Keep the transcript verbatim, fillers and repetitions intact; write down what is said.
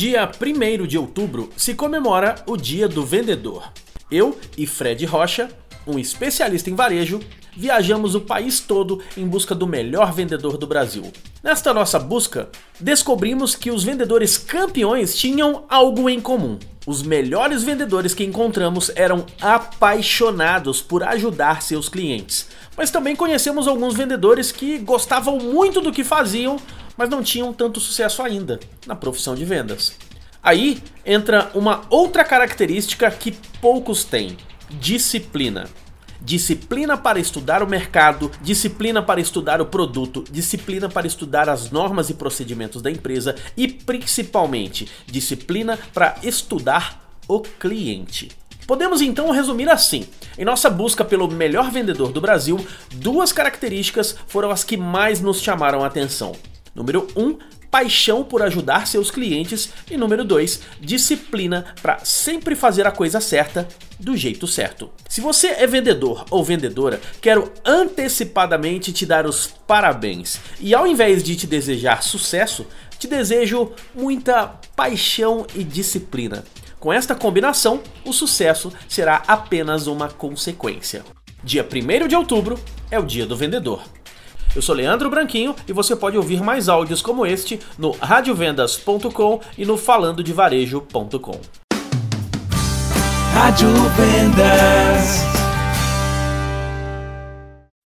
dia primeiro de outubro se comemora o Dia do Vendedor. Eu e Fred Rocha, um especialista em varejo, viajamos o país todo em busca do melhor vendedor do Brasil. Nesta nossa busca, descobrimos que os vendedores campeões tinham algo em comum. Os melhores vendedores que encontramos eram apaixonados por ajudar seus clientes. Mas também conhecemos alguns vendedores que gostavam muito do que faziam, mas não tinham tanto sucesso ainda na profissão de vendas. Aí entra uma outra característica que poucos têm: disciplina. Disciplina para estudar o mercado, disciplina para estudar o produto, disciplina para estudar as normas e procedimentos da empresa e, principalmente, disciplina para estudar o cliente. Podemos então resumir assim: em nossa busca pelo melhor vendedor do Brasil, duas características foram as que mais nos chamaram a atenção. Número um, paixão por ajudar seus clientes, e número dois, disciplina para sempre fazer a coisa certa do jeito certo. Se você é vendedor ou vendedora, quero antecipadamente te dar os parabéns e, ao invés de te desejar sucesso, te desejo muita paixão e disciplina. Com esta combinação, o sucesso será apenas uma consequência. Dia primeiro de outubro é o Dia do Vendedor. Eu sou Leandro Branquinho e você pode ouvir mais áudios como este no rádio vendas ponto com e no falando de varejo ponto com. Rádio Vendas.